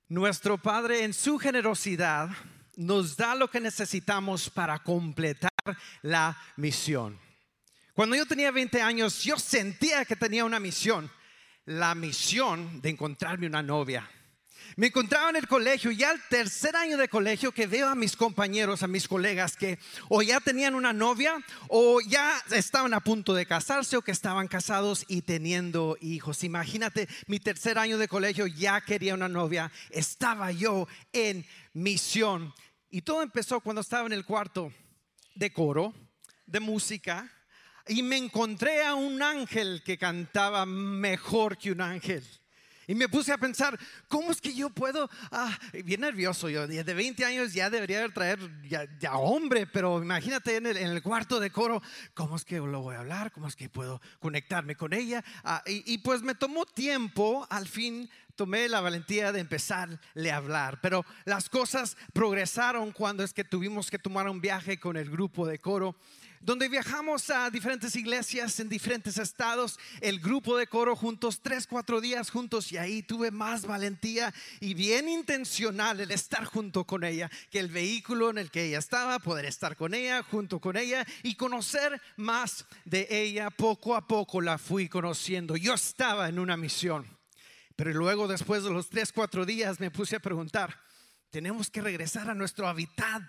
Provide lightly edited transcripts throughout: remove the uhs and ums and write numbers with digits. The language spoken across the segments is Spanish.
Nuestro Padre en su generosidad nos da lo que necesitamos para completar la misión. Cuando yo tenía 20 años, yo sentía que tenía una misión. La misión de encontrarme una novia. Me encontraba en el colegio, ya al tercer año de colegio, que veo a mis compañeros, a mis colegas que o ya tenían una novia o ya estaban a punto de casarse o que estaban casados y teniendo hijos. Imagínate, mi tercer año de colegio ya quería una novia, estaba yo en misión. Y todo empezó cuando estaba en el cuarto de coro, de música, y me encontré a un ángel que cantaba mejor que un ángel. Y me puse a pensar, ¿cómo es que yo puedo? Bien nervioso, yo de 20 años ya debería traer ya hombre, pero imagínate en el cuarto de coro, ¿cómo es que lo voy a hablar? ¿Cómo es que puedo conectarme con ella? Y pues me tomó tiempo, al fin tomé la valentía de empezarle a hablar, pero las cosas progresaron cuando es que tuvimos que tomar un viaje con el grupo de coro, donde viajamos a diferentes iglesias en diferentes estados, el grupo de coro juntos, 3-4 días juntos, y ahí tuve más valentía y bien intencional el estar junto con ella, que el vehículo en el que ella estaba, poder estar con ella, junto con ella y conocer más de ella. Poco a poco la fui conociendo. Yo estaba en una misión, pero luego después de los 3-4 días me puse a preguntar, tenemos que regresar a nuestro hábitat,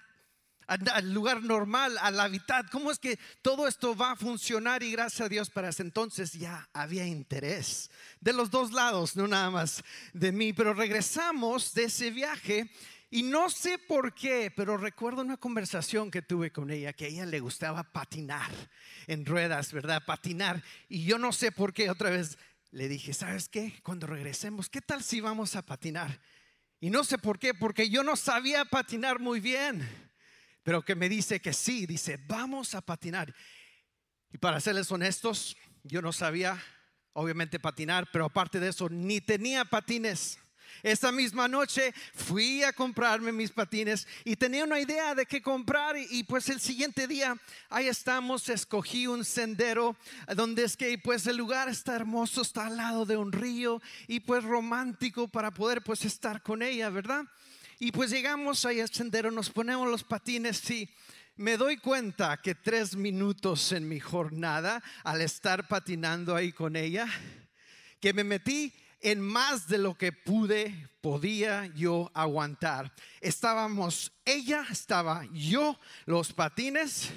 al lugar normal, al hábitat. ¿Cómo es que todo esto va a funcionar? Y gracias a Dios para ese entonces ya había interés de los dos lados, no nada más de mí. Pero regresamos de ese viaje y no sé por qué, pero recuerdo una conversación que tuve con ella, que a ella le gustaba patinar en ruedas, ¿verdad? Patinar. Y yo no sé por qué, otra vez le dije, ¿sabes qué? Cuando regresemos, ¿qué tal si vamos a patinar? Y no sé por qué, porque yo no sabía patinar muy bien, pero que me dice que sí, dice, vamos a patinar. Y para serles honestos, yo no sabía obviamente patinar, pero aparte de eso, ni tenía patines. Esa misma noche fui a comprarme mis patines y tenía una idea de qué comprar, y pues el siguiente día ahí estamos, escogí un sendero donde es que pues el lugar está hermoso, está al lado de un río y pues romántico para poder pues estar con ella, ¿verdad? Y pues llegamos ahí al sendero, nos ponemos los patines y me doy cuenta que 3 minutos en mi jornada al estar patinando ahí con ella, que me metí en más de lo que podía yo aguantar. Estábamos ella, estaba yo, los patines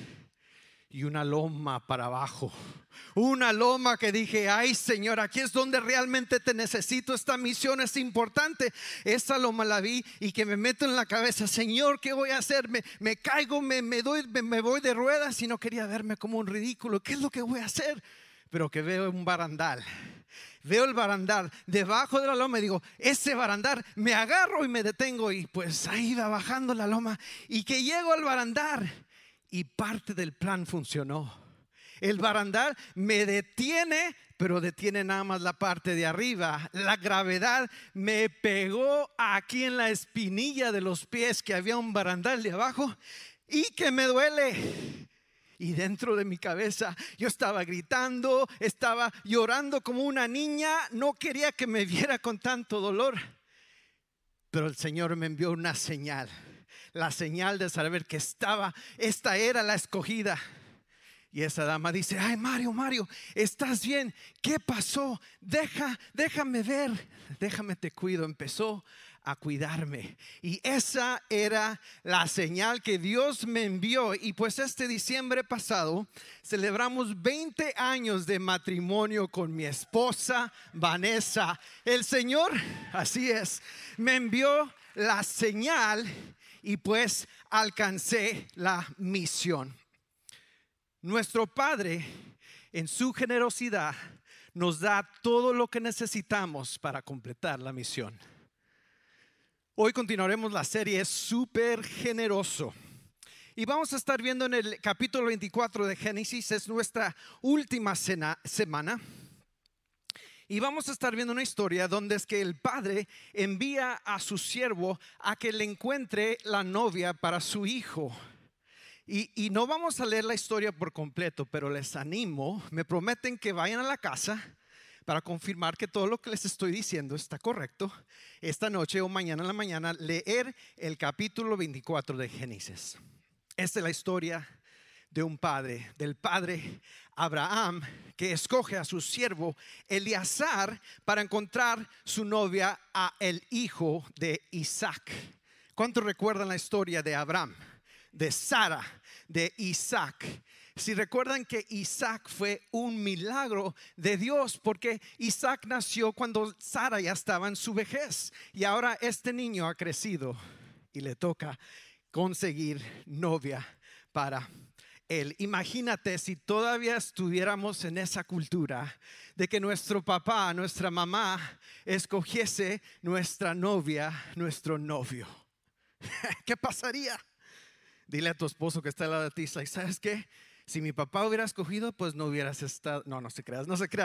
y una loma para abajo. Una loma que dije, ay Señor, aquí es donde realmente te necesito, esta misión es importante. Esa loma la vi y que me meto en la cabeza, Señor, ¿qué voy a hacer? Me caigo, me voy de ruedas y no quería verme como un ridículo. ¿Qué es lo que voy a hacer? Pero que veo un barandal. Veo el barandal debajo de la loma y digo, ese barandal, me agarro y me detengo. Y pues ahí va bajando la loma y que llego al barandal y parte del plan funcionó. El barandal me detiene, pero detiene nada más la parte de arriba. La gravedad me pegó aquí en la espinilla de los pies, que había un barandal de abajo y que me duele. Y dentro de mi cabeza yo estaba gritando, estaba llorando como una niña. No quería que me viera con tanto dolor, pero el Señor me envió una señal. La señal de saber que esta era la escogida. Y esa dama dice, ay Mario, ¿estás bien? ¿Qué pasó? Déjame ver, déjame te cuido. Empezó a cuidarme y esa era la señal que Dios me envió. Y pues este diciembre pasado celebramos 20 años de matrimonio con mi esposa Vanessa. El Señor, así es, me envió la señal y pues alcancé la misión. Nuestro Padre en su generosidad nos da todo lo que necesitamos para completar la misión. Hoy continuaremos la serie Súper Generoso y vamos a estar viendo en el capítulo 24 de Génesis. Es nuestra última semana y vamos a estar viendo una historia donde es que el padre envía a su siervo a que le encuentre la novia para su hijo. Y no vamos a leer la historia por completo, pero les animo, me prometen que vayan a la casa para confirmar que todo lo que les estoy diciendo está correcto, esta noche o mañana en la mañana leer el capítulo 24 de Génesis. Esta es la historia de un padre, del padre Abraham, que escoge a su siervo Eliezer para encontrar su novia a el hijo de Isaac. ¿Cuántos recuerdan la historia de Abraham, de Sara, de Isaac? Si recuerdan que Isaac fue un milagro de Dios, porque Isaac nació cuando Sara ya estaba en su vejez, y ahora este niño ha crecido y le toca conseguir novia para él. Imagínate si todavía estuviéramos en esa cultura de que nuestro papá, nuestra mamá escogiese nuestra novia, nuestro novio. ¿Qué pasaría? Dile a tu esposo que está al lado de ti, ¿sabes qué? Si mi papá hubiera escogido, pues no hubieras estado. No se crean.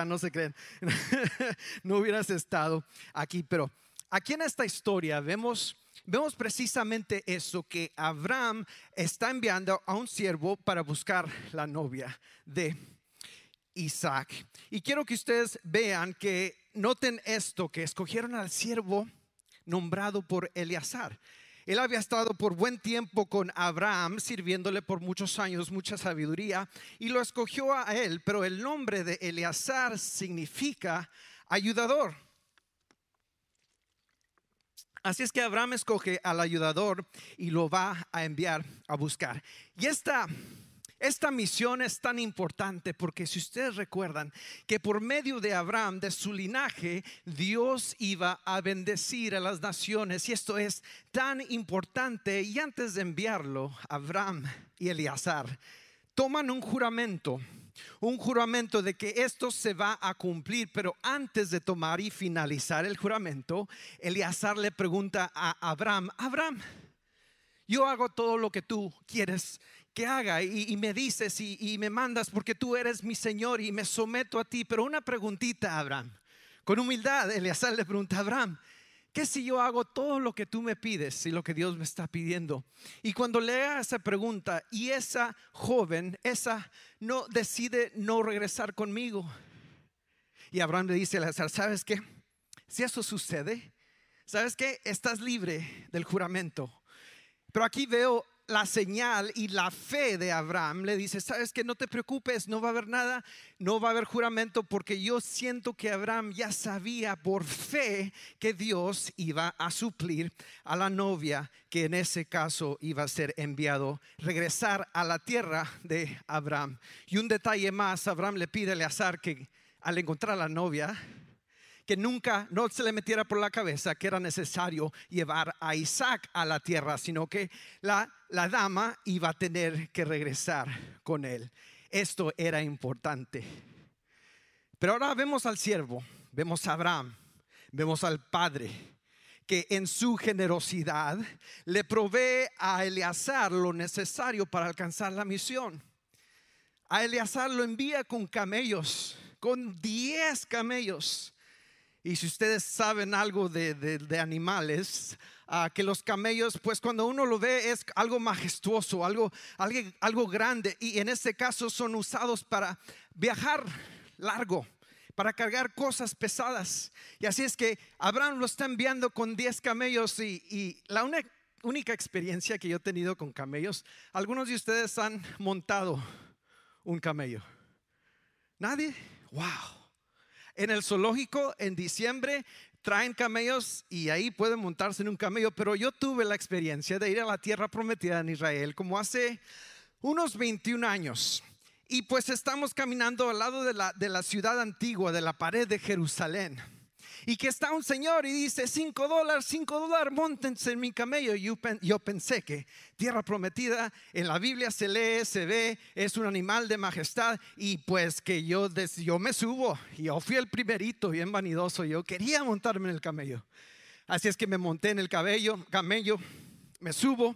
No hubieras estado aquí. Pero aquí en esta historia vemos precisamente eso, que Abraham está enviando a un siervo para buscar la novia de Isaac. Y quiero que ustedes vean, que noten esto, que escogieron al siervo nombrado por Eliezer. Él había estado por buen tiempo con Abraham, sirviéndole por muchos años, mucha sabiduría, y lo escogió a él. Pero el nombre de Eliezer significa ayudador. Así es que Abraham escoge al ayudador y lo va a enviar a buscar. Y esta misión es tan importante porque, si ustedes recuerdan, que por medio de Abraham, de su linaje, Dios iba a bendecir a las naciones. Y esto es tan importante. Y antes de enviarlo, Abraham y Eliezer toman un juramento de que esto se va a cumplir. Pero antes de tomar y finalizar el juramento, Eliezer le pregunta a Abraham: Abraham, yo hago todo lo que tú quieres que haga, y me dices y me mandas, porque tú eres mi Señor y me someto a ti. Pero una preguntita, Abraham. Con humildad, Eliezer le pregunta a Abraham: ¿qué si yo hago todo lo que tú me pides y lo que Dios me está pidiendo? Y cuando lea esa pregunta y esa joven, no decide no regresar conmigo, y Abraham le dice a Eliezer: ¿sabes qué? Si eso sucede, ¿sabes qué? Estás libre del juramento. Pero aquí veo la señal y la fe de Abraham. Le dice: sabes que no te preocupes, no va a haber nada, no va a haber juramento, porque yo siento que Abraham ya sabía por fe que Dios iba a suplir a la novia, que en ese caso iba a ser enviado, regresar a la tierra de Abraham. Y un detalle más: Abraham le pide a Eliezer que al encontrar a la novia, que nunca no se le metiera por la cabeza que era necesario llevar a Isaac a la tierra, sino que la dama iba a tener que regresar con él. Esto era importante. Pero ahora vemos al siervo, vemos a Abraham, vemos al padre, que en su generosidad le provee a Eliezer lo necesario para alcanzar la misión. A Eliezer lo envía con camellos, con 10 camellos. Y si ustedes saben algo de animales, que los camellos, pues cuando uno lo ve, es algo majestuoso, algo grande. Y en este caso son usados para viajar largo, para cargar cosas pesadas. Y así es que Abraham lo está enviando con 10 camellos. Y la única experiencia que yo he tenido con camellos, algunos de ustedes han montado un camello. ¿Nadie? ¡Wow! En el zoológico en diciembre traen camellos y ahí pueden montarse en un camello. Pero yo tuve la experiencia de ir a la tierra prometida en Israel como hace unos 21 años. Y pues estamos caminando al lado de la ciudad antigua, de la pared de Jerusalén. Y que está un señor y dice: $5, móntense en mi camello. Y yo pensé que tierra prometida en la Biblia se lee, se ve, es un animal de majestad. Y pues que yo me subo. Y yo fui el primerito, bien vanidoso. Yo quería montarme en el camello. Así es que me monté en el camello, me subo.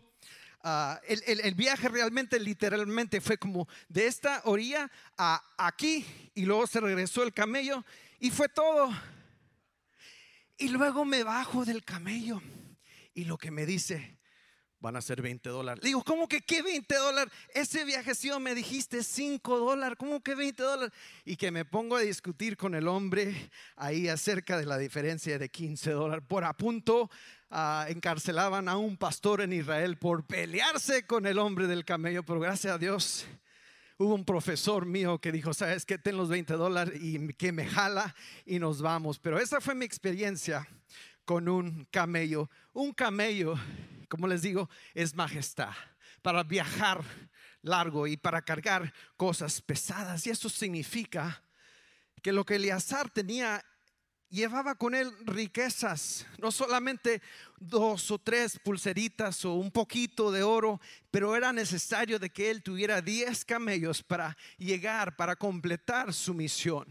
El viaje realmente, literalmente, fue como de esta orilla a aquí. Y luego se regresó el camello y fue todo. Y luego me bajo del camello y lo que me dice: van a ser $20. Le digo, ¿cómo que qué $20? Ese viajecito me dijiste $5. ¿Cómo que $20? Y que me pongo a discutir con el hombre ahí acerca de la diferencia de $15. Por a punto encarcelaban a un pastor en Israel por pelearse con el hombre del camello. Pero gracias a Dios hubo un profesor mío que dijo, ¿sabes qué? Ten los $20 y que me jala y nos vamos. Pero esa fue mi experiencia con un camello. Un camello, como les digo, es majestad para viajar largo y para cargar cosas pesadas. Y eso significa que lo que Eleazar tenía, llevaba con él riquezas, no solamente 2 o 3 pulseritas o un poquito de oro, pero era necesario de que él tuviera 10 camellos para llegar, para completar su misión.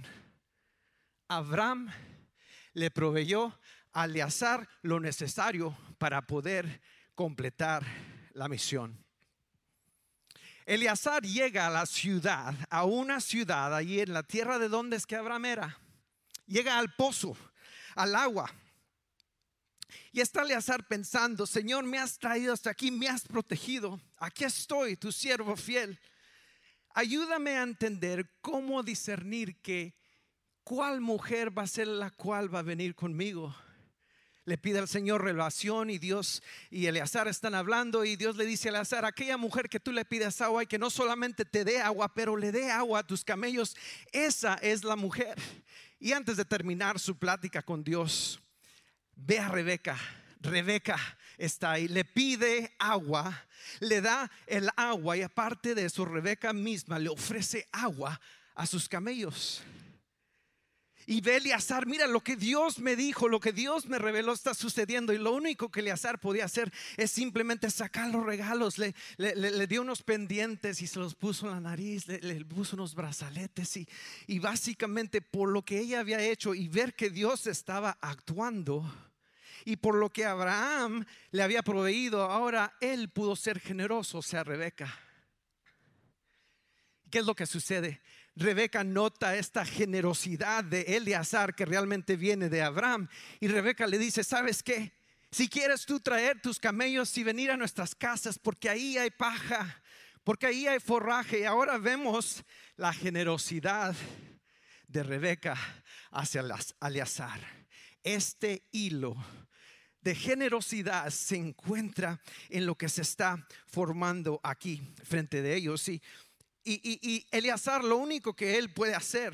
Abraham le proveyó a Eleazar lo necesario para poder completar la misión. Eleazar llega a la ciudad, a una ciudad allí en la tierra de donde es que Abraham era. Llega al pozo, al agua. Y está Eleazar pensando, Señor, me has traído hasta aquí, me has protegido. Aquí estoy, tu siervo fiel. Ayúdame a entender cómo discernir cuál mujer va a ser la cual va a venir conmigo. Le pide al Señor revelación y Dios y Eleazar están hablando y Dios le dice a Eleazar, aquella mujer que tú le pides agua y que no solamente te dé agua, pero le dé agua a tus camellos, esa es la mujer. Y antes de terminar su plática con Dios, ve a Rebeca. Rebeca está ahí, le pide agua, le da el agua y aparte de eso Rebeca misma le ofrece agua a sus camellos. Y ve Eleazar, mira lo que Dios me dijo, lo que Dios me reveló está sucediendo. Y lo único que Eleazar podía hacer es simplemente sacar los regalos. Le dio unos pendientes y se los puso en la nariz, le puso unos brazaletes. Y básicamente por lo que ella había hecho y ver que Dios estaba actuando y por lo que Abraham le había proveído, ahora él pudo ser generoso, o sea, Rebeca. ¿Qué es lo que sucede? Rebeca nota esta generosidad de Eleazar que realmente viene de Abraham. Y Rebeca le dice, ¿sabes qué? Si quieres tú traer tus camellos y venir a nuestras casas, porque ahí hay paja, porque ahí hay forraje. Y ahora vemos la generosidad de Rebeca hacia Eleazar. Este hilo de generosidad se encuentra en lo que se está formando aquí frente de ellos. Y Eleazar, lo único que él puede hacer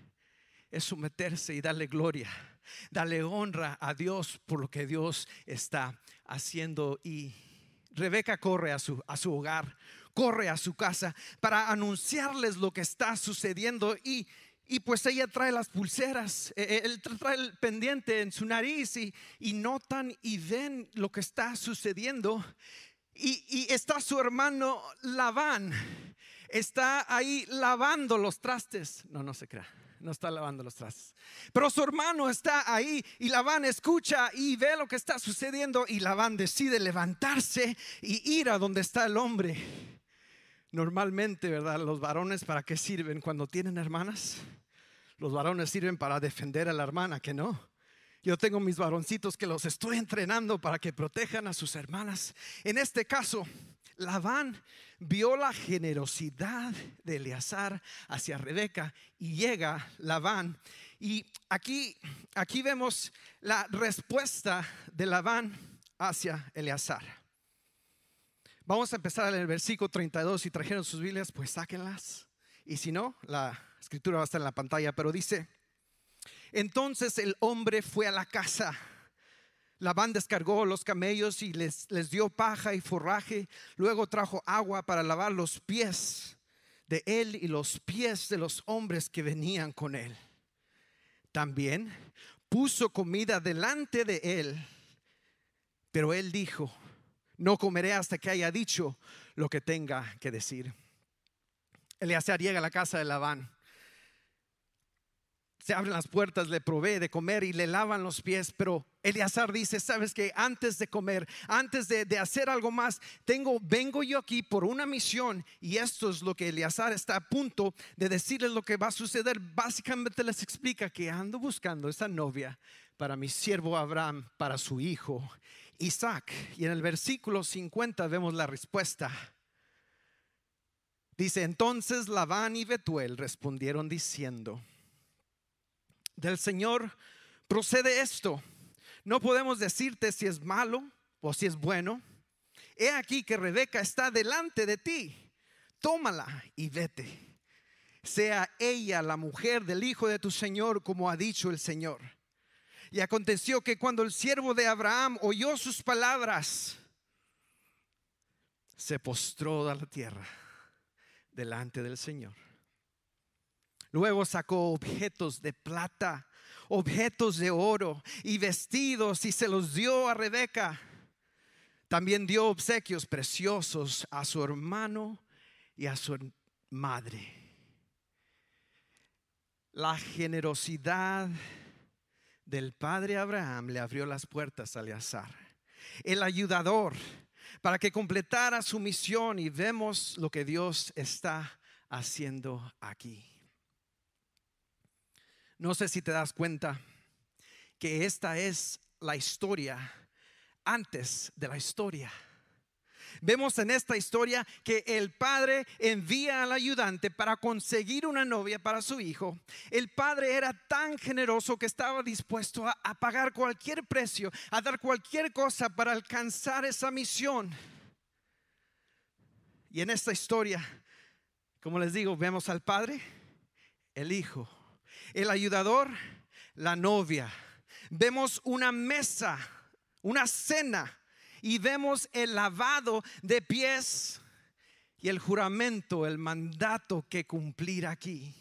es someterse y darle gloria, darle honra a Dios por lo que Dios está haciendo. Y Rebeca corre a su hogar, corre a su casa para anunciarles lo que está sucediendo. Y pues ella trae las pulseras, él trae el pendiente en su nariz y notan y ven lo que está sucediendo. Y está su hermano Labán. Está ahí lavando los trastes. No se crea, no está lavando los trastes, pero su hermano está ahí y Labán escucha y ve lo que está sucediendo. Y Labán decide levantarse y ir a donde está el hombre. Normalmente, ¿verdad? Los varones, ¿para qué sirven cuando tienen hermanas? Los varones sirven para defender a la hermana, que no. Yo tengo mis varoncitos que los estoy entrenando para que protejan a sus hermanas. En este caso, Labán vio la generosidad de Eleazar hacia Rebeca y llega Labán. Y aquí vemos la respuesta de Labán hacia Eleazar. Vamos a empezar en el versículo 32. Si trajeron sus Biblias, pues sáquenlas. Y si no, la escritura va a estar en la pantalla. Pero dice: entonces el hombre fue a la casa. Labán descargó los camellos y les dio paja y forraje. Luego trajo agua para lavar los pies de él y los pies de los hombres que venían con él. También puso comida delante de él. Pero él dijo: no comeré hasta que haya dicho lo que tenga que decir. Eleazar llega a la casa de Labán. Se abren las puertas, le provee de comer y le lavan los pies. Pero Eleazar dice: sabes que antes de comer, antes de hacer algo más, vengo yo aquí por una misión. Y esto es lo que Eleazar está a punto de decirles lo que va a suceder. Básicamente les explica que ando buscando esa novia para mi siervo Abraham, para su hijo Isaac. Y en el versículo 50 vemos la respuesta. Dice: entonces Labán y Betuel respondieron diciendo: del Señor procede esto. No podemos decirte si es malo o si es bueno. He aquí que Rebeca está delante de ti. Tómala y vete. Sea ella la mujer del hijo de tu Señor, como ha dicho el Señor. Y aconteció que cuando el siervo de Abraham oyó sus palabras, se postró a la tierra delante del Señor. Luego sacó objetos de plata, objetos de oro y vestidos, y se los dio a Rebeca. También dio obsequios preciosos a su hermano y a su madre. La generosidad del padre Abraham le abrió las puertas a Eleazar, el ayudador, para que completara su misión. Y vemos lo que Dios está haciendo aquí. No sé si te das cuenta que esta es la historia antes de la historia. Vemos en esta historia que el padre envía al ayudante para conseguir una novia para su hijo. El padre era tan generoso que estaba dispuesto a pagar cualquier precio, a dar cualquier cosa para alcanzar esa misión. Y en esta historia, como les digo, vemos al padre, el hijo, el ayudador, la novia. Vemos una mesa, una cena, y vemos el lavado de pies y el juramento, el mandato que cumplir aquí.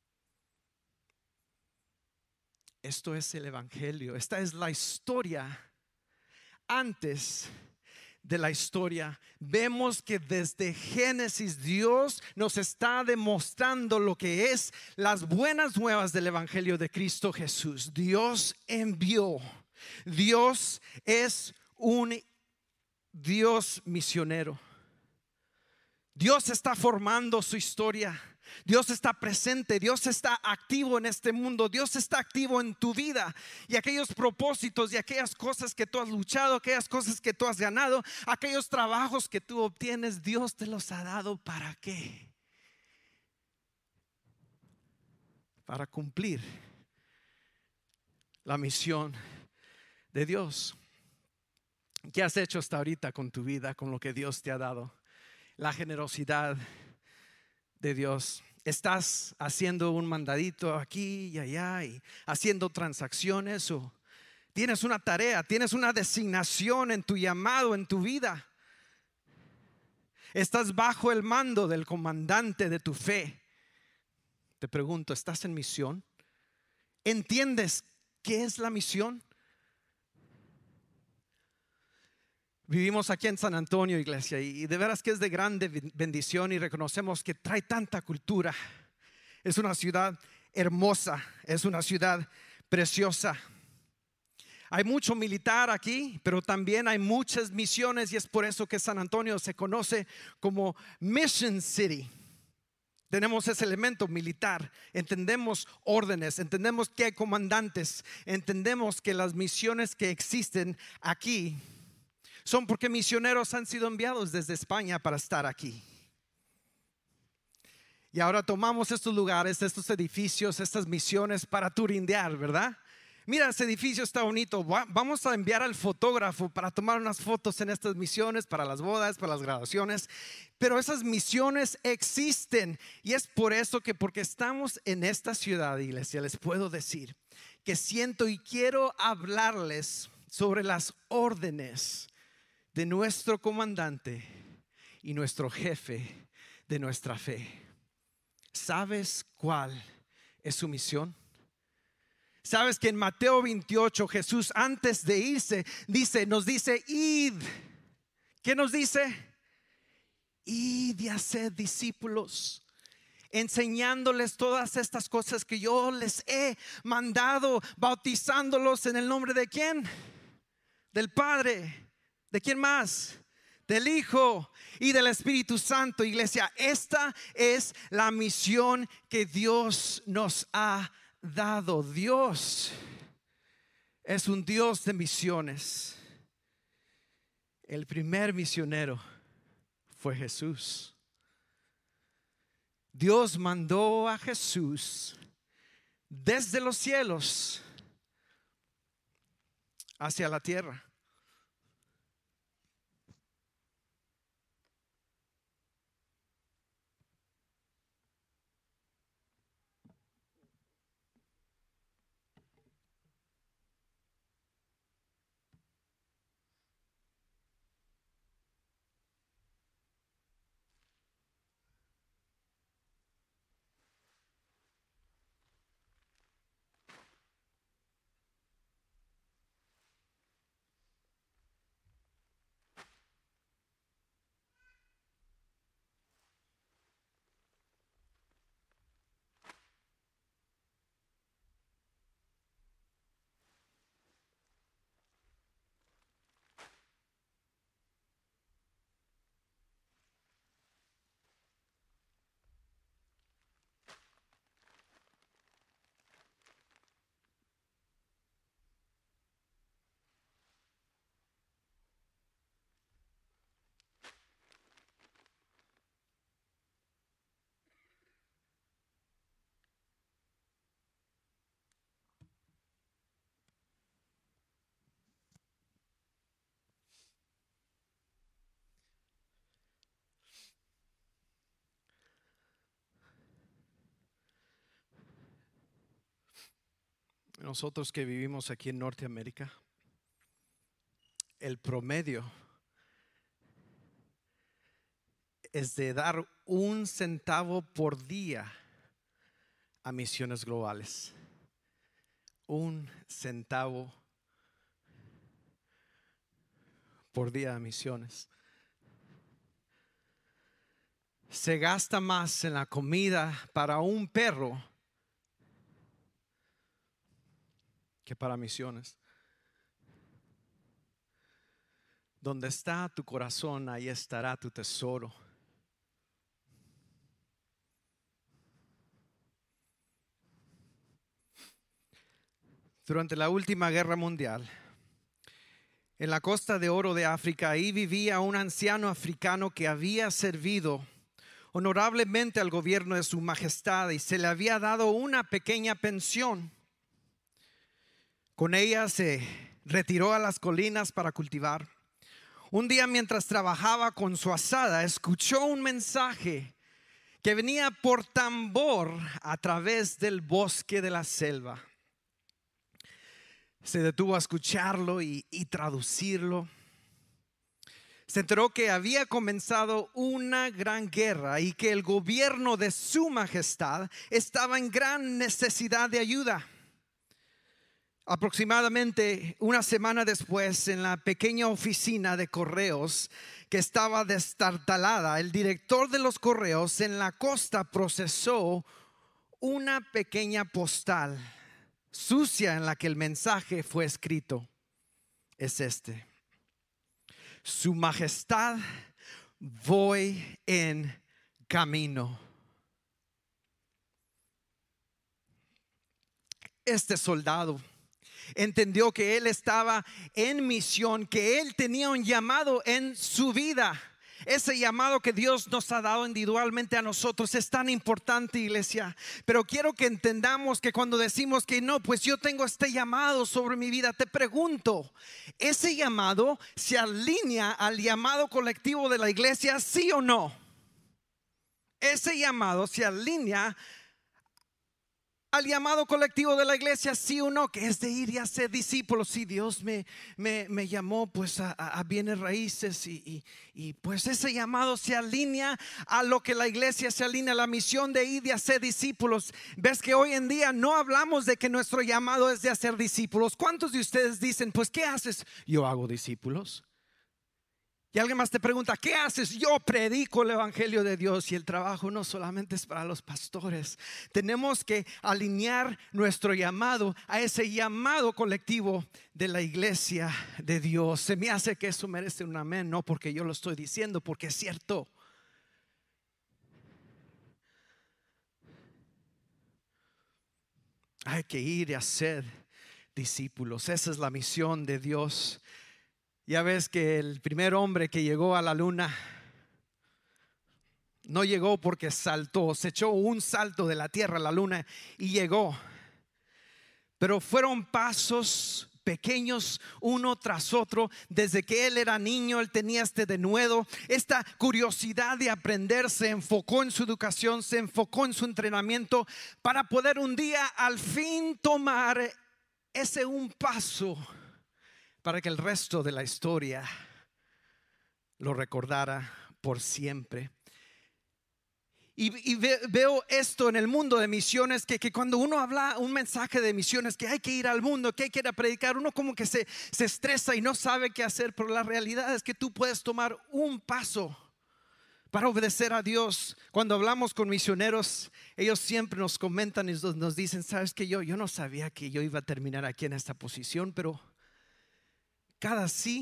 Esto es el evangelio. Esta es la historia antes de la historia. Vemos que desde Génesis Dios nos está demostrando lo que es las buenas nuevas del evangelio de Cristo Jesús. Dios envió. Dios es un Dios misionero. Dios está formando su historia. Dios está presente, Dios está activo en este mundo, Dios está activo en tu vida. Y aquellos propósitos y aquellas cosas que tú has luchado, aquellas cosas que tú has ganado, aquellos trabajos que tú obtienes, Dios te los ha dado. ¿Para qué? Para cumplir la misión de Dios. ¿Qué has hecho hasta ahorita con tu vida, con lo que Dios te ha dado? La generosidad de Dios. ¿Estás haciendo un mandadito aquí y allá y haciendo transacciones? ¿O tienes una tarea, tienes una designación en tu llamado, en tu vida? ¿Estás bajo el mando del comandante de tu fe? Te pregunto, ¿estás en misión? ¿Entiendes qué es la misión? Vivimos aquí en San Antonio, iglesia, y de veras que es de grande bendición, y reconocemos que trae tanta cultura. Es una ciudad hermosa, es una ciudad preciosa. Hay mucho militar aquí, pero también hay muchas misiones, y es por eso que San Antonio se conoce como Mission City. Tenemos ese elemento militar, entendemos órdenes, entendemos que hay comandantes, entendemos que las misiones que existen aquí son porque misioneros han sido enviados desde España para estar aquí. Y ahora tomamos estos lugares, estos edificios, estas misiones para turindear, ¿verdad? Mira, ese edificio está bonito. Vamos a enviar al fotógrafo para tomar unas fotos en estas misiones, para las bodas, para las graduaciones. Pero esas misiones existen, y es por eso que, porque estamos en esta ciudad, iglesia, les puedo decir que siento y quiero hablarles sobre las órdenes de nuestro comandante y nuestro jefe de nuestra fe. ¿Sabes cuál es su misión? ¿Sabes que en Mateo 28 Jesús, antes de irse, nos dice id? ¿Qué nos dice? Id y haced discípulos, enseñándoles todas estas cosas que yo les he mandado, bautizándolos en el nombre de ¿quién? Del Padre. ¿De quién más? Del Hijo y del Espíritu Santo. Iglesia, esta es la misión que Dios nos ha dado. Dios es un Dios de misiones. El primer misionero fue Jesús. Dios mandó a Jesús desde los cielos hacia la tierra. Nosotros que vivimos aquí en Norteamérica, el promedio es de dar 1 centavo por día a misiones globales. 1 centavo por día a misiones. Se gasta más en la comida para un perro que para misiones. Donde está tu corazón, ahí estará tu tesoro. Durante la última guerra mundial, en la costa de Oro de África, ahí vivía un anciano africano que había servido honorablemente al gobierno de su majestad y se le había dado una pequeña pensión. Con ella se retiró a las colinas para cultivar. Un día, mientras trabajaba con su azada, escuchó un mensaje que venía por tambor a través del bosque de la selva. Se detuvo a escucharlo y traducirlo. Se enteró que había comenzado una gran guerra y que el gobierno de su majestad estaba en gran necesidad de ayuda. Aproximadamente una semana después, en la pequeña oficina de correos que estaba destartalada, el director de los correos en la costa procesó una pequeña postal sucia en la que el mensaje fue escrito. Es este: Su majestad, voy en camino. Este soldado entendió que él estaba en misión, que él tenía un llamado en su vida. Ese llamado que Dios nos ha dado individualmente a nosotros es tan importante, iglesia. Pero quiero que entendamos que cuando decimos que no, pues yo tengo este llamado sobre mi vida, te pregunto, ¿ese llamado se alinea al llamado colectivo de la iglesia, sí o no? Ese llamado se alinea al llamado colectivo de la iglesia, sí o no, que es de ir y hacer discípulos. Si Dios me llamó pues a bienes raíces y pues ese llamado se alinea a lo que la iglesia se alinea, a la misión de ir y hacer discípulos. Ves que hoy en día no hablamos de que nuestro llamado es de hacer discípulos. ¿Cuántos de ustedes dicen, pues qué haces? Yo hago discípulos. Y alguien más te pregunta, ¿qué haces? Yo predico el evangelio de Dios. Y el trabajo no solamente es para los pastores. Tenemos que alinear nuestro llamado a ese llamado colectivo de la iglesia de Dios. Se me hace que eso merece un amén, no porque yo lo estoy diciendo, porque es cierto. Hay que ir y hacer discípulos. Esa es la misión de Dios. Ya ves que el primer hombre que llegó a la luna no llegó porque saltó, se echó un salto de la tierra a la luna y llegó. Pero fueron pasos pequeños uno tras otro. Desde que él era niño, él tenía este denuedo, esta curiosidad de aprender. Se enfocó en su educación, se enfocó en su entrenamiento para poder un día al fin tomar ese un paso para que el resto de la historia lo recordara por siempre. Y veo esto en el mundo de misiones, que cuando uno habla un mensaje de misiones, que hay que ir al mundo, que hay que ir a predicar, uno como que se estresa y no sabe qué hacer. Pero la realidad es que tú puedes tomar un paso para obedecer a Dios. Cuando hablamos con misioneros, ellos siempre nos comentan y nos dicen: sabes que yo no sabía que yo iba a terminar aquí en esta posición, pero cada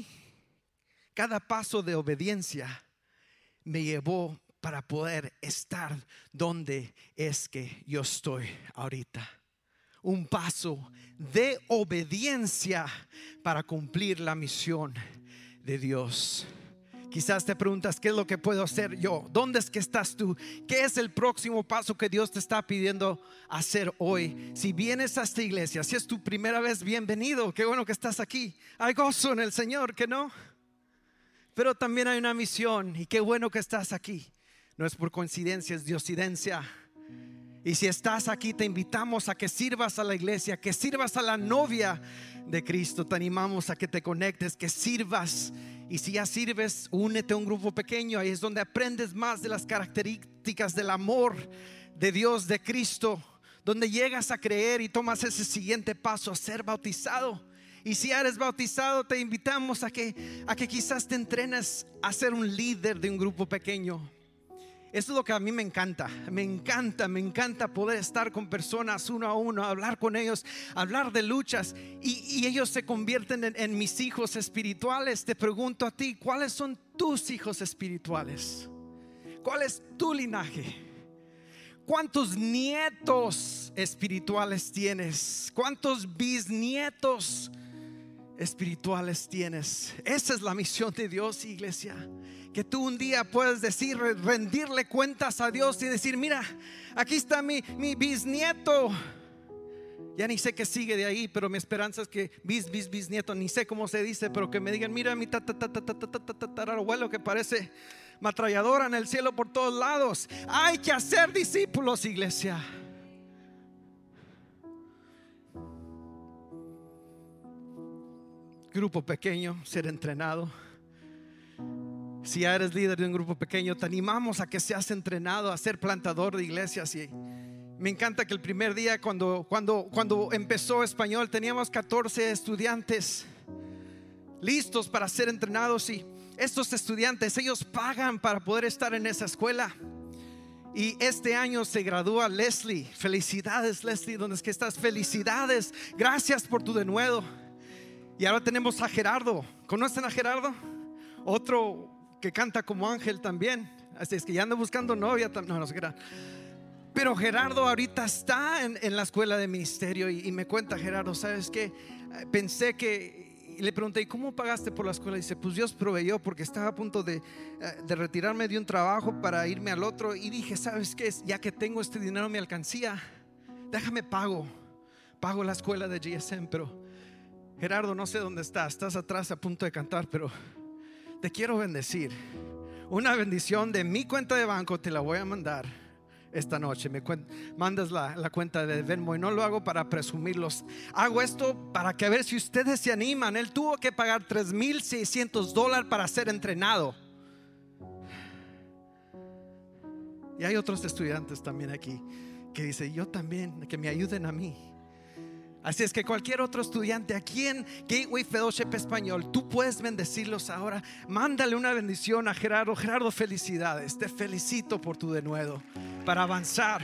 paso de obediencia me llevó para poder estar donde es que yo estoy ahorita. Un paso de obediencia para cumplir la misión de Dios. Quizás te preguntas: ¿qué es lo que puedo hacer yo? ¿Dónde es que estás tú? ¿Qué es el próximo paso que Dios te está pidiendo hacer hoy? Si vienes a esta iglesia, si es tu primera vez, bienvenido. Qué bueno que estás aquí. Hay gozo en el Señor, ¿que no? Pero también hay una misión, y qué bueno que estás aquí. No es por coincidencia, es diosidencia. Y si estás aquí, te invitamos a que sirvas a la iglesia, que sirvas a la novia de Cristo. Te animamos a que te conectes, que sirvas. Y si ya sirves, únete a un grupo pequeño. Ahí es donde aprendes más de las características del amor de Dios, de Cristo, donde llegas a creer y tomas ese siguiente paso, a ser bautizado. Y si eres bautizado, te invitamos a que quizás te entrenes a ser un líder de un grupo pequeño. Eso es lo que a mí me encanta. Me encanta poder estar con personas uno a uno, hablar con ellos, hablar de luchas, y ellos se convierten en mis hijos espirituales. Te pregunto a ti: ¿cuáles son tus hijos espirituales? ¿Cuál es tu linaje? ¿Cuántos nietos espirituales tienes? ¿Cuántos bisnietos espirituales tienes? Esa es la misión de Dios, iglesia. Que tú un día puedes decir, rendirle cuentas a Dios y decir: mira, aquí está mi bisnieto. Ya ni sé qué sigue de ahí, pero mi esperanza es que bisnieto, ni sé cómo se dice, pero que me digan: mira, mi tatarabuelo que parece ametralladora en el cielo por todos lados. Hay que hacer discípulos, iglesia. Grupo pequeño, ser entrenado. Si ya eres líder de un grupo pequeño, te animamos a que seas entrenado a ser plantador de iglesias. Y me encanta que el primer día cuando empezó español, teníamos 14 estudiantes listos para ser entrenados. Y estos estudiantes, ellos pagan para poder estar en esa escuela. Y este año se gradúa Leslie. Felicidades, Leslie, ¿dónde es que estás? Felicidades, gracias por tu denuedo. Y ahora tenemos a Gerardo. ¿Conocen a Gerardo? Otro que canta como ángel también. Así es que ya ando buscando novia. No sé qué era. Pero Gerardo ahorita está en la escuela de ministerio. Y me cuenta Gerardo: ¿sabes qué? Pensé que... Y le pregunté: ¿y cómo pagaste por la escuela? Y dice: pues Dios proveyó, porque estaba a punto de retirarme de un trabajo para irme al otro. Y dije: ¿sabes qué? Ya que tengo este dinero en mi alcancía, déjame pago la escuela de GSM. Pero Gerardo, no sé dónde estás atrás a punto de cantar, pero te quiero bendecir. Una bendición de mi cuenta de banco te la voy a mandar esta noche. Me mandas la cuenta de Venmo. Y no lo hago para presumirlos, hago esto para que a ver si ustedes se animan. Él tuvo que pagar $3,600 para ser entrenado. Y hay otros estudiantes también aquí que dicen: yo también, que me ayuden a mí. Así es que cualquier otro estudiante aquí en Gateway Fellowship Español, tú puedes bendecirlos ahora. Mándale una bendición a Gerardo. Gerardo, felicidades, te felicito por tu denuedo para avanzar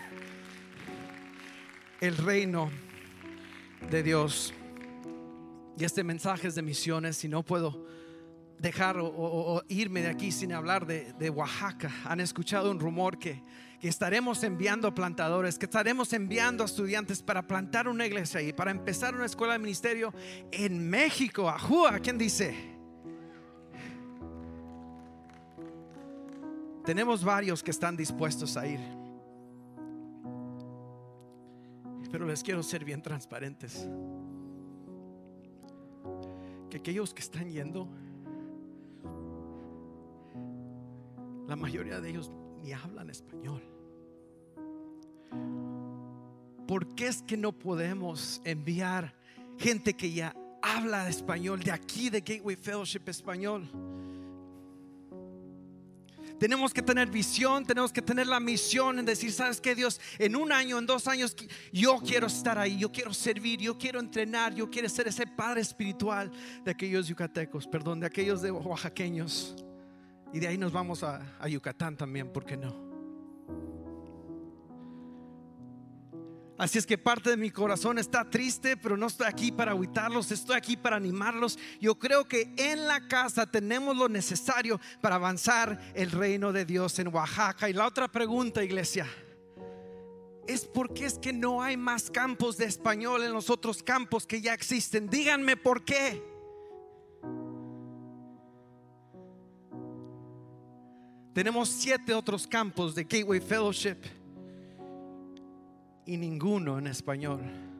el reino de Dios. Y este mensaje es de misiones, y no puedo dejar o irme de aquí sin hablar de Oaxaca. Han escuchado un rumor que estaremos enviando plantadores, que estaremos enviando estudiantes para plantar una iglesia y para empezar una escuela de ministerio en México. Ajúa, ¿quién dice? Tenemos varios que están dispuestos a ir, pero les quiero ser bien transparentes, que aquellos que están yendo, la mayoría de ellos ni hablan español. ¿Por qué es que no podemos enviar gente que ya habla español de aquí, de Gateway Fellowship Español? Tenemos que tener visión, tenemos que tener la misión en decir, ¿sabes qué, Dios? En 1 año, en 2 años, yo quiero estar ahí, yo quiero servir, yo quiero entrenar, yo quiero ser ese padre espiritual de aquellos yucatecos, perdón, de aquellos de oaxaqueños. Y de ahí nos vamos a Yucatán también, ¿por qué no? Así es que parte de mi corazón está triste, pero no estoy aquí para agüitarlos, estoy aquí para animarlos. Yo creo que en la casa tenemos lo necesario para avanzar el reino de Dios en Oaxaca. Y la otra pregunta, iglesia, es ¿por qué es que no hay más campos de español en los otros campos que ya existen? Díganme por qué. Tenemos 7 otros campos de Gateway Fellowship y ninguno en español.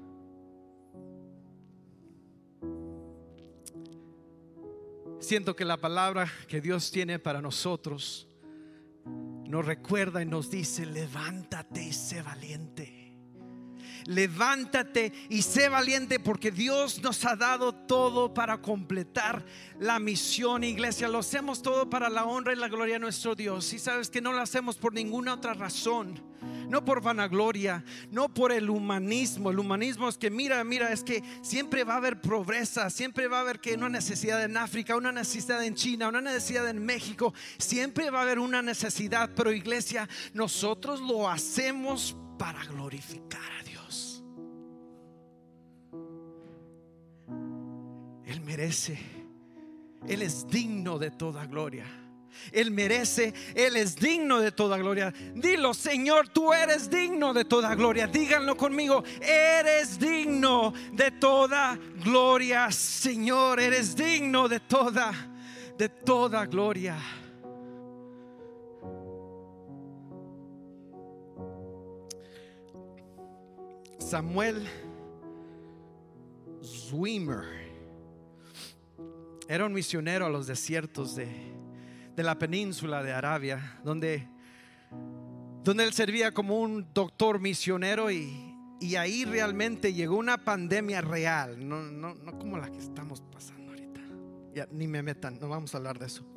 Siento que la palabra que Dios tiene para nosotros nos recuerda y nos dice: levántate y sé valiente. Levántate y sé valiente, porque Dios nos ha dado todo para completar la misión. Iglesia, lo hacemos todo para la honra y la gloria de nuestro Dios. Y sabes que no lo hacemos por ninguna otra razón, no por vanagloria, no por el humanismo. El humanismo es que mira, es que siempre va a haber pobreza, siempre va a haber que una necesidad en África, una necesidad en China, una necesidad en México, siempre va a haber una necesidad. Pero iglesia, nosotros lo hacemos para glorificar a Dios. Él merece, Él es digno de toda gloria. Él merece, Él es digno de toda gloria. Dilo: Señor, tú eres digno de toda gloria. Díganlo conmigo: eres digno de toda gloria. Señor, eres digno de toda gloria. Samuel Zwemer era un misionero a los desiertos de la península de Arabia, donde él servía como un doctor misionero, y ahí realmente llegó una pandemia real, no como la que estamos pasando ahorita. Ya, ni me metan, no vamos a hablar de eso.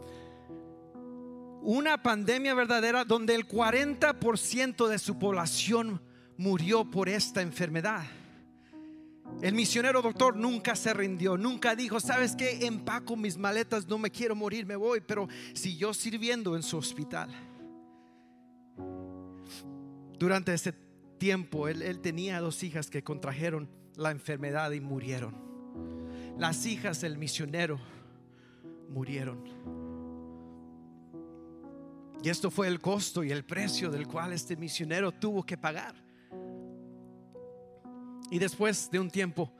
Una pandemia verdadera donde el 40% de su población murió por esta enfermedad. El misionero doctor nunca se rindió, nunca dijo: ¿sabes qué? Empaco mis maletas, no me quiero morir, me voy. Pero siguió sirviendo en su hospital. Durante ese tiempo él tenía 2 hijas que contrajeron la enfermedad y murieron. Las hijas del misionero murieron. Y esto fue el costo y el precio del cual este misionero tuvo que pagar. Y después de un tiempo,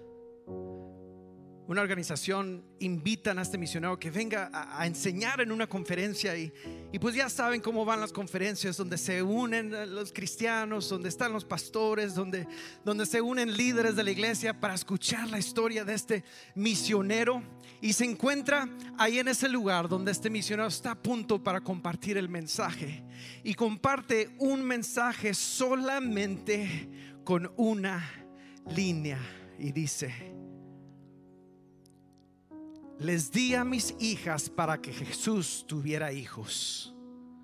una organización invitan a este misionero que venga a enseñar en una conferencia, y pues ya saben cómo van las conferencias, donde se unen los cristianos, donde están los pastores, donde se unen líderes de la iglesia para escuchar la historia de este misionero. Y se encuentra ahí en ese lugar donde este misionero está a punto para compartir el mensaje, y comparte un mensaje solamente con una línea, y dice: les di a mis hijas para que Jesús tuviera hijos.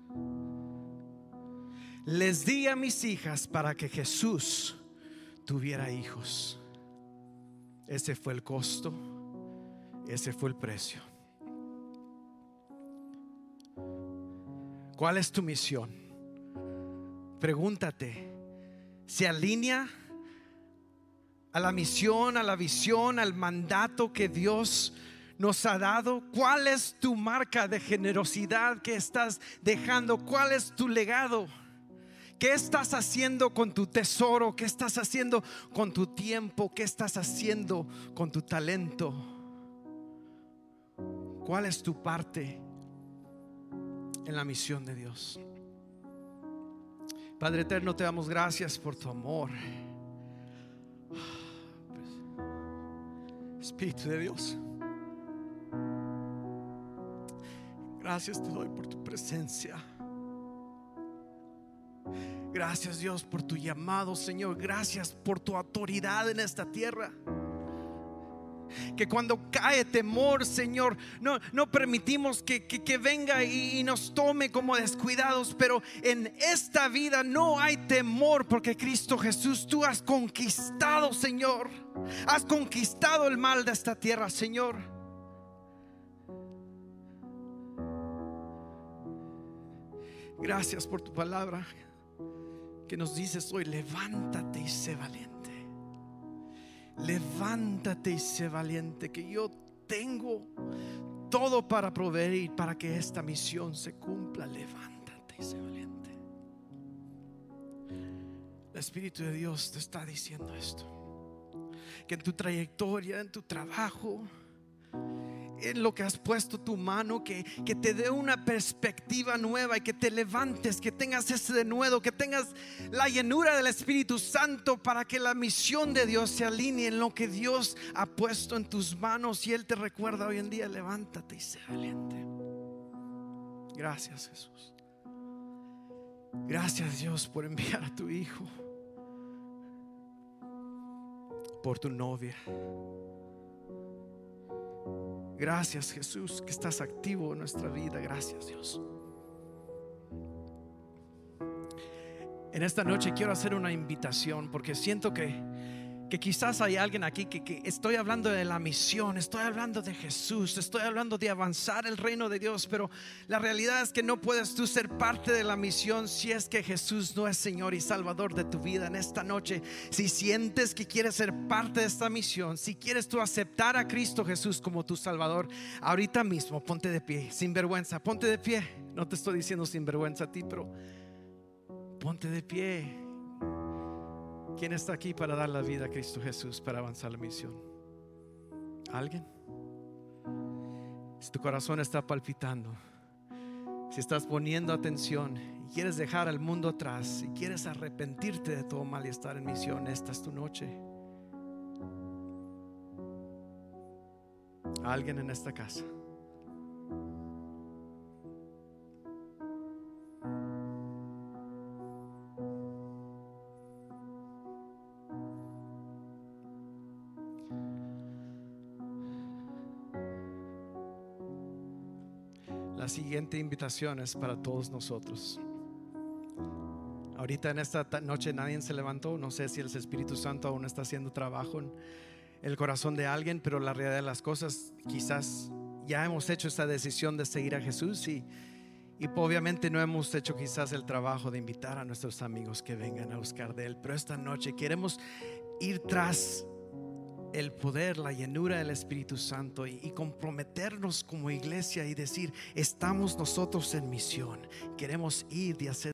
Les di a mis hijas para que Jesús tuviera hijos. Ese fue el costo, ese fue el precio. ¿Cuál es tu misión? Pregúntate: ¿se alinea a la misión, a la visión, al mandato que Dios nos ha dado? ¿Cuál es tu marca de generosidad que estás dejando? ¿Cuál es tu legado? ¿Qué estás haciendo con tu tesoro? ¿Qué estás haciendo con tu tiempo? ¿Qué estás haciendo con tu talento? ¿Cuál es tu parte en la misión de Dios? Padre eterno, te damos gracias por tu amor. Espíritu de Dios, gracias te doy por tu presencia. Gracias, Dios, por tu llamado, Señor. Gracias por tu autoridad en esta tierra. Que cuando cae temor, Señor, no permitimos que venga y nos tome como descuidados. Pero en esta vida no hay temor, porque Cristo Jesús, tú has conquistado, Señor. Has conquistado el mal de esta tierra, Señor. Gracias por tu palabra que nos dices hoy: levántate y sé valiente. Levántate y sé valiente, que yo tengo todo para proveer y para que esta misión se cumpla. Levántate y sé valiente. El Espíritu de Dios te está diciendo esto, que en tu trayectoria, en tu trabajo, en lo que has puesto tu mano, que te dé una perspectiva nueva y que te levantes, que tengas ese denuedo, que tengas la llenura del Espíritu Santo para que la misión de Dios se alinee en lo que Dios ha puesto en tus manos. Y Él te recuerda hoy en día: levántate y sé valiente. Gracias, Jesús. Gracias, Dios, por enviar a tu Hijo, por tu novia. Gracias, Jesús, que estás activo en nuestra vida. Gracias, Dios. En esta noche quiero hacer una invitación, porque siento que quizás hay alguien aquí que estoy hablando de la misión, estoy hablando de Jesús, estoy hablando de avanzar el reino de Dios, pero la realidad es que no puedes tú ser parte de la misión si es que Jesús no es Señor y Salvador de tu vida. En esta noche, si sientes que quieres ser parte de esta misión, si quieres tú aceptar a Cristo Jesús como tu Salvador, ahorita mismo ponte de pie, sin vergüenza, ponte de pie. No te estoy diciendo sin vergüenza a ti, pero ponte de pie. ¿Quién está aquí para dar la vida a Cristo Jesús, para avanzar la misión? ¿Alguien? Si tu corazón está palpitando, si estás poniendo atención y quieres dejar al mundo atrás y quieres arrepentirte de todo mal y estar en misión, esta es tu noche. ¿Alguien en esta casa? La siguiente invitación es para todos nosotros. Ahorita en esta noche nadie se levantó. No sé si el Espíritu Santo aún está haciendo trabajo en el corazón de alguien, pero la realidad de las cosas, quizás ya hemos hecho esta decisión de seguir a Jesús y obviamente no hemos hecho quizás el trabajo de invitar a nuestros amigos que vengan a buscar de Él. Pero esta noche queremos ir tras el poder, la llenura del Espíritu Santo y comprometernos como iglesia y decir: estamos nosotros en misión, queremos ir y hacer